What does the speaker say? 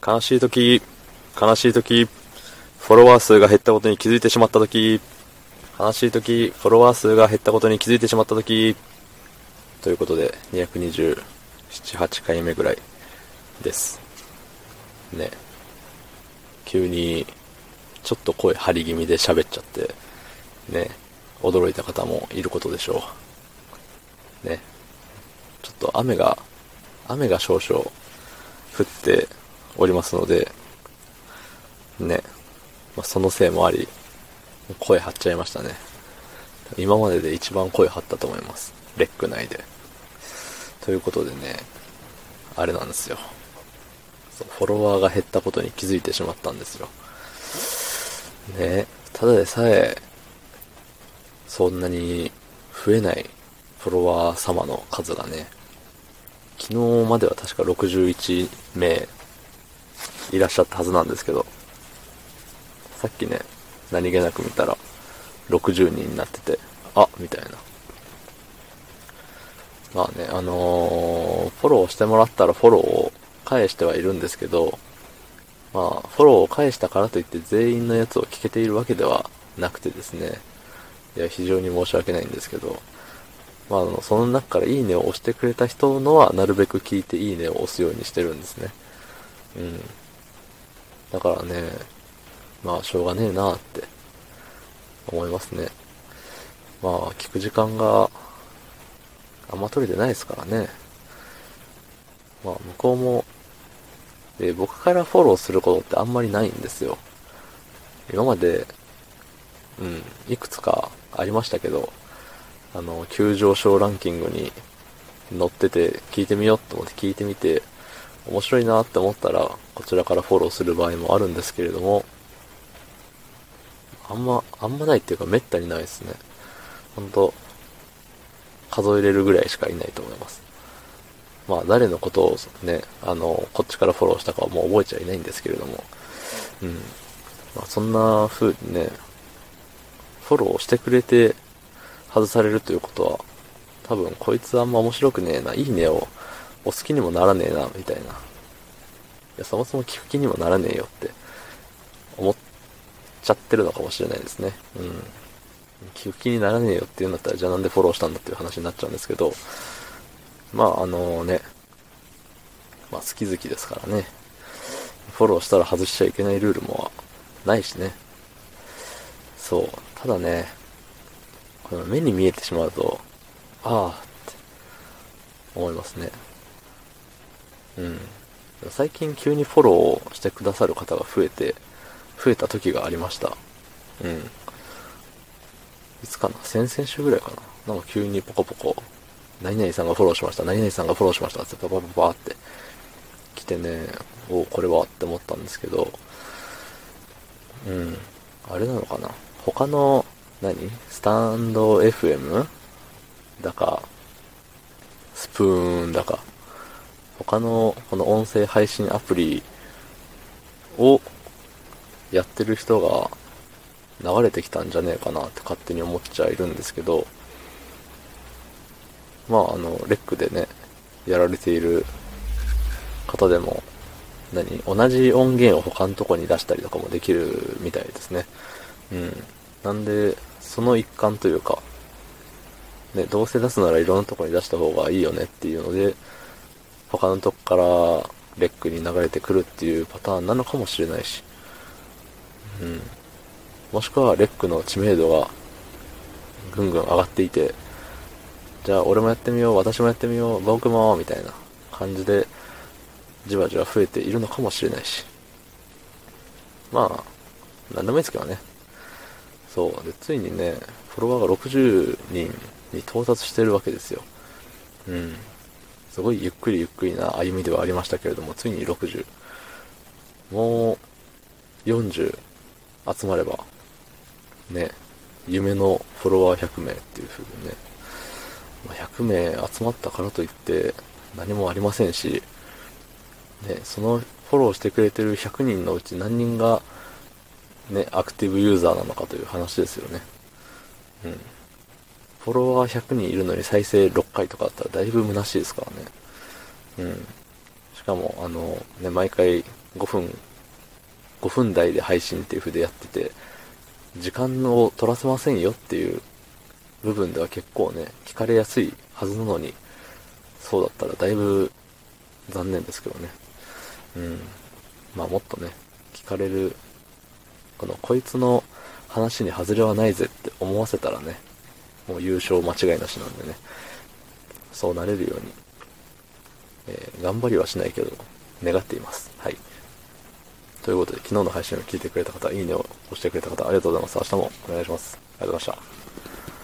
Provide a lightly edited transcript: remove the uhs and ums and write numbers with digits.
悲しい時、悲しい時、フォロワー数が減ったことに気づいてしまった時、悲しい時、フォロワー数が減ったことに気づいてしまった時、ということで、227、8回目ぐらいです。ね。急に、ちょっと声張り気味で喋っちゃって、ね。驚いた方もいることでしょう。ね。ちょっと雨が少々降っておりますので、ね。そのせいもあり、声張っちゃいましたね。今までで一番声張ったと思います。レック内で。ということでね、あれなんですよ。フォロワーが減ったことに気づいてしまったんですよ。ね、ただでさえ、そんなに増えないフォロワー様の数がね、昨日までは確か61名いらっしゃったはずなんですけど、さっきね、何気なく見たら60人になってて、あ、みたいな。まあね、フォローしてもらったらフォローを返してはいるんですけど、まあ、フォローを返したからといって全員のやつを聞けているわけではなくてですね、いや、非常に申し訳ないんですけど、まあ、その中からいいねを押してくれた人のは、なるべく聞いていいねを押すようにしてるんですね。うん。だからね、まあ、しょうがねえなって思いますね。まあ、聞く時間があんま取れてないですからね。まあ、向こうも、僕からフォローすることってあんまりないんですよ。今まで、いくつかありましたけど、急上昇ランキングに載ってて聞いてみようと思って聞いてみて、面白いなって思ったら、こちらからフォローする場合もあるんですけれども、あんまないっていうか、めったにないですね。ほんと、数えれるぐらいしかいないと思います。まあ、誰のことをね、こっちからフォローしたかはもう覚えちゃいないんですけれども、うん。まあ、そんな風にね、フォローしてくれて外されるということは、多分こいつあんま面白くねえな、いいねをお好きにもならねえな、みたいな。いや、そもそも聞く気にもならねえよって思っちゃってるのかもしれないですね。うん。聞く気にならねえよって言うんだったら、じゃあなんでフォローしたんだっていう話になっちゃうんですけど、まあね、まあ好き好きですからね。フォローしたら外しちゃいけないルールもないしね。そう。ただね、この目に見えてしまうと、ああって思いますね。うん。最近急にフォローをしてくださる方が増えた時がありました。うん。いつかな、先々週ぐらいかな。なんか急にポコポコ、何々さんがフォローしました、何々さんがフォローしましたってパパパパって来てね、これはって思ったんですけど、うん。あれなのかな。他の、スタンド FM だか、スプーンだか、他のこの音声配信アプリをやってる人が流れてきたんじゃねえかなって勝手に思っちゃいるんですけど、まあレックでね、やられている方でも、同じ音源を他のとこに出したりとかもできるみたいですね。うん。なんで、その一環というか、ね、どうせ出すならいろんなとこに出した方がいいよねっていうので、他のとこからレックに流れてくるっていうパターンなのかもしれないし、うん。もしくはレックの知名度がぐんぐん上がっていて、じゃあ俺もやってみよう、私もやってみよう、僕も、みたいな感じで、じわじわ増えているのかもしれないし。まあ、なんでもいいですけどね。そう。で、ついにね、フォロワーが60人に到達してるわけですよ。うん。すごいゆっくりゆっくりな歩みではありましたけれども、ついに60。もう、40集まれば、ね、夢のフォロワー100名っていう風にね、100名集まったからといって何もありませんし、ね、そのフォローしてくれてる100人のうち何人がね、アクティブユーザーなのかという話ですよね。うん。フォロワー100人いるのに再生6回とかだったらだいぶ虚しいですからね。うん。しかも、ね、毎回 5分台で配信っていう風でやってて、時間を取らせませんよっていう部分では結構ね、聞かれやすいはずなのに、そうだったらだいぶ残念ですけどね。まあもっとね、聞かれる、こいつの話に外れはないぜって思わせたらね、もう優勝間違いなしなんでね、そうなれるように、頑張りはしないけど、願っています。はい。ということで、昨日の配信を聞いてくれた方、いいねを押してくれた方、ありがとうございます。明日もお願いします。ありがとうございました。